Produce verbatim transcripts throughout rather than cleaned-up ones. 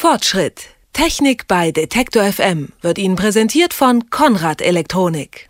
Fortschritt. Technik bei Detektor F M wird Ihnen präsentiert von Konrad Elektronik.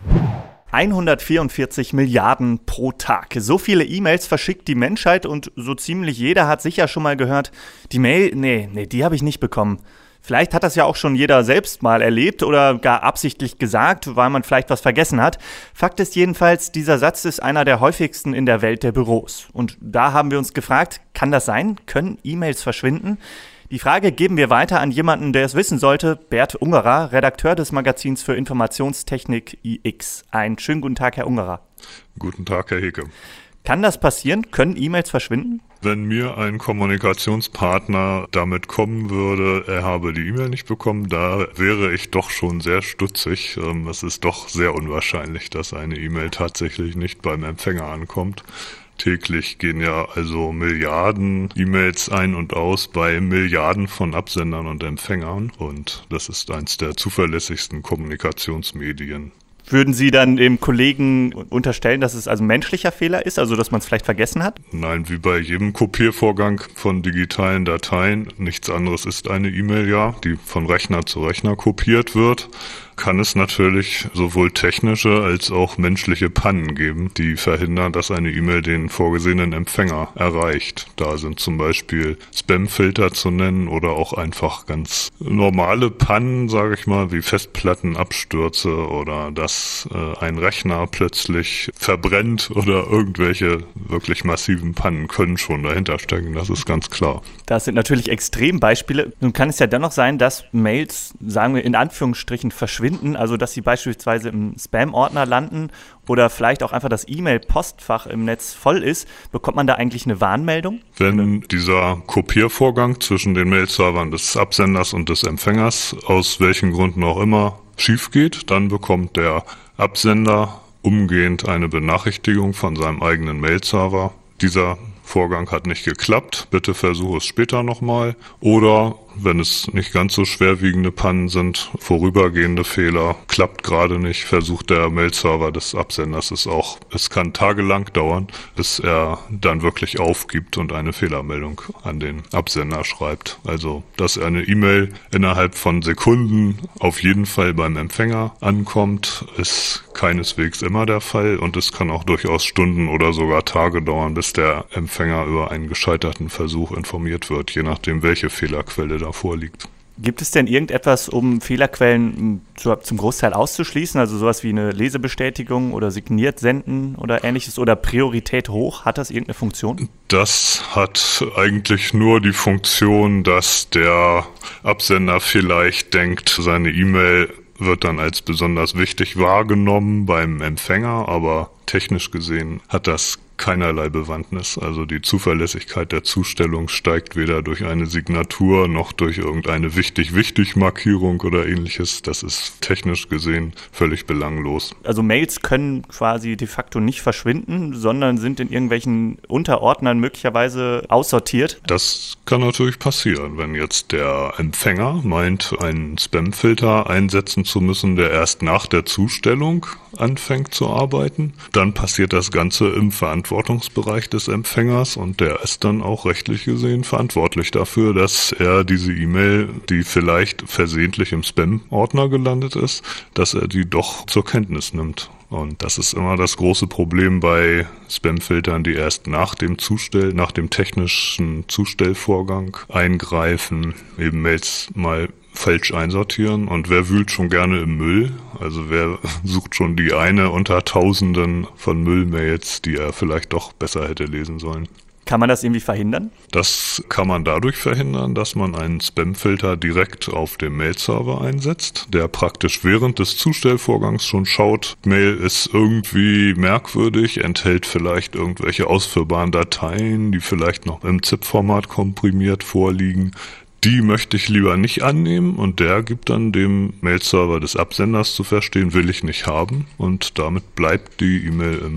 hundertvierundvierzig Milliarden pro Tag. So viele E-Mails verschickt die Menschheit und so ziemlich jeder hat sicher schon mal gehört, die Mail, nee, nee, die habe ich nicht bekommen. Vielleicht hat das ja auch schon jeder selbst mal erlebt oder gar absichtlich gesagt, weil man vielleicht was vergessen hat. Fakt ist jedenfalls, dieser Satz ist einer der häufigsten in der Welt der Büros. Und da haben wir uns gefragt, kann das sein? Können E-Mails verschwinden? Die Frage geben wir weiter an jemanden, der es wissen sollte, Bert Ungerer, Redakteur des Magazins für Informationstechnik I X. Einen schönen guten Tag, Herr Ungerer. Guten Tag, Herr Hecke. Kann das passieren? Können E-Mails verschwinden? Wenn mir ein Kommunikationspartner damit kommen würde, er habe die E-Mail nicht bekommen, da wäre ich doch schon sehr stutzig. Es ist doch sehr unwahrscheinlich, dass eine E-Mail tatsächlich nicht beim Empfänger ankommt. Täglich gehen ja also Milliarden E-Mails ein und aus bei Milliarden von Absendern und Empfängern und das ist eins der zuverlässigsten Kommunikationsmedien. Würden Sie dann dem Kollegen unterstellen, dass es also ein menschlicher Fehler ist, also dass man es vielleicht vergessen hat? Nein, wie bei jedem Kopiervorgang von digitalen Dateien, nichts anderes ist eine E-Mail ja, die von Rechner zu Rechner kopiert wird. Kann es natürlich sowohl technische als auch menschliche Pannen geben, die verhindern, dass eine E-Mail den vorgesehenen Empfänger erreicht. Da sind zum Beispiel Spamfilter zu nennen oder auch einfach ganz normale Pannen, sage ich mal, wie Festplattenabstürze oder dass äh, ein Rechner plötzlich verbrennt oder irgendwelche wirklich massiven Pannen können schon dahinter stecken, das ist ganz klar. Das sind natürlich Extrembeispiele. Nun kann es ja dennoch sein, dass Mails, sagen wir in Anführungsstrichen, verschwinden, also dass sie beispielsweise im Spam-Ordner landen oder vielleicht auch einfach das E-Mail-Postfach im Netz voll ist. Bekommt man da eigentlich eine Warnmeldung? Wenn dieser Kopiervorgang zwischen den Mail-Servern des Absenders und des Empfängers aus welchen Gründen auch immer schief geht, dann bekommt der Absender umgehend eine Benachrichtigung von seinem eigenen Mail-Server. Dieser Vorgang hat nicht geklappt, bitte versuche es später nochmal. Oder, wenn es nicht ganz so schwerwiegende Pannen sind, vorübergehende Fehler, klappt gerade nicht, versucht der Mail-Server des Absenders es auch. Es kann tagelang dauern, bis er dann wirklich aufgibt und eine Fehlermeldung an den Absender schreibt. Also, dass eine E-Mail innerhalb von Sekunden auf jeden Fall beim Empfänger ankommt, ist keineswegs immer der Fall und es kann auch durchaus Stunden oder sogar Tage dauern, bis der Empfänger über einen gescheiterten Versuch informiert wird, je nachdem, welche Fehlerquelle da vorliegt. Gibt es denn irgendetwas, um Fehlerquellen zu, zum Großteil auszuschließen? Also sowas wie eine Lesebestätigung oder signiert senden oder ähnliches oder Priorität hoch? Hat das irgendeine Funktion? Das hat eigentlich nur die Funktion, dass der Absender vielleicht denkt, seine E-Mail wird dann als besonders wichtig wahrgenommen beim Empfänger, aber technisch gesehen hat das keinerlei Bewandtnis. Also die Zuverlässigkeit der Zustellung steigt weder durch eine Signatur noch durch irgendeine Wichtig-Wichtig-Markierung oder ähnliches. Das ist technisch gesehen völlig belanglos. Also Mails können quasi de facto nicht verschwinden, sondern sind in irgendwelchen Unterordnern möglicherweise aussortiert. Das kann natürlich passieren, wenn jetzt der Empfänger meint, einen Spamfilter einsetzen zu müssen, der erst nach der Zustellung anfängt zu arbeiten. Dann passiert das Ganze im Verantwortungsbereich des Empfängers und der ist dann auch rechtlich gesehen verantwortlich dafür, dass er diese E-Mail, die vielleicht versehentlich im Spam-Ordner gelandet ist, dass er die doch zur Kenntnis nimmt. Und das ist immer das große Problem bei Spamfiltern, die erst nach dem Zustell, nach dem technischen Zustellvorgang eingreifen, eben Mails mal falsch einsortieren. Und wer wühlt schon gerne im Müll? Also wer sucht schon die eine unter Tausenden von Müllmails, die er vielleicht doch besser hätte lesen sollen? Kann man das irgendwie verhindern? Das kann man dadurch verhindern, dass man einen Spamfilter direkt auf dem Mail-Server einsetzt, der praktisch während des Zustellvorgangs schon schaut, Mail ist irgendwie merkwürdig, enthält vielleicht irgendwelche ausführbaren Dateien, die vielleicht noch im ZIP-Format komprimiert vorliegen. Die möchte ich lieber nicht annehmen und der gibt dann dem Mail-Server des Absenders zu verstehen, will ich nicht haben und damit bleibt die E-Mail im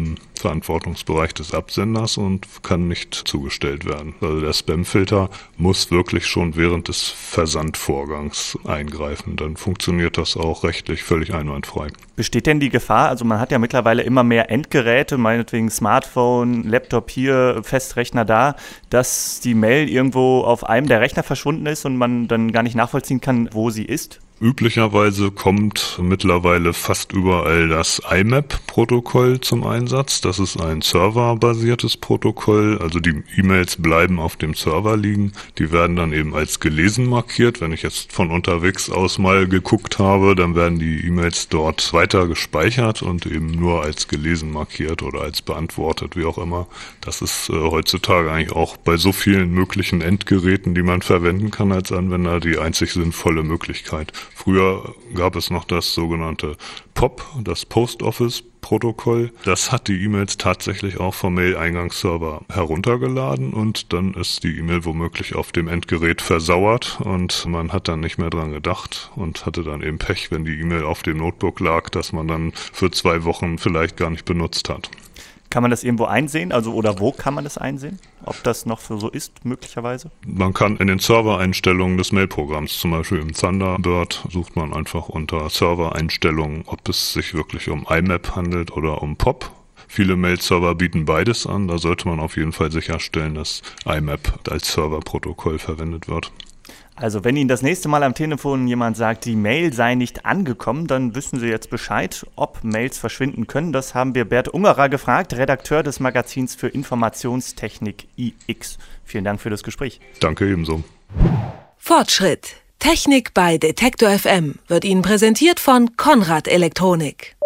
Verantwortungsbereich des Absenders und kann nicht zugestellt werden. Also der Spamfilter muss wirklich schon während des Versandvorgangs eingreifen. Dann funktioniert das auch rechtlich völlig einwandfrei. Besteht denn die Gefahr, also man hat ja mittlerweile immer mehr Endgeräte, meinetwegen Smartphone, Laptop hier, Festrechner da, dass die Mail irgendwo auf einem der Rechner verschwunden ist und man dann gar nicht nachvollziehen kann, wo sie ist? Üblicherweise kommt mittlerweile fast überall das I M A P-Protokoll zum Einsatz. Das ist ein serverbasiertes Protokoll, also die E-Mails bleiben auf dem Server liegen. Die werden dann eben als gelesen markiert. Wenn ich jetzt von unterwegs aus mal geguckt habe, dann werden die E-Mails dort weiter gespeichert und eben nur als gelesen markiert oder als beantwortet, wie auch immer. Das ist äh, heutzutage eigentlich auch bei so vielen möglichen Endgeräten, die man verwenden kann als Anwender, die einzig sinnvolle Möglichkeit. Früher gab es noch das sogenannte P O P, das Post Office Protokoll. Das hat die E-Mails tatsächlich auch vom Mail-Eingangsserver heruntergeladen und dann ist die E-Mail womöglich auf dem Endgerät versauert und man hat dann nicht mehr dran gedacht und hatte dann eben Pech, wenn die E-Mail auf dem Notebook lag, dass man dann für zwei Wochen vielleicht gar nicht benutzt hat. Kann man das irgendwo einsehen? Also oder wo kann man das einsehen? Ob das noch so ist, möglicherweise? Man kann in den Servereinstellungen des Mailprogramms, zum Beispiel im Thunderbird, sucht man einfach unter Servereinstellungen, ob es sich wirklich um I M A P handelt oder um P O P. Viele Mail-Server bieten beides an. Da sollte man auf jeden Fall sicherstellen, dass I M A P als Serverprotokoll verwendet wird. Also wenn Ihnen das nächste Mal am Telefon jemand sagt, die Mail sei nicht angekommen, dann wissen Sie jetzt Bescheid, ob Mails verschwinden können. Das haben wir Bert Ungerer gefragt, Redakteur des Magazins für Informationstechnik I X. Vielen Dank für das Gespräch. Danke ebenso. Fortschritt. Technik bei Detektor F M wird Ihnen präsentiert von Konrad Elektronik.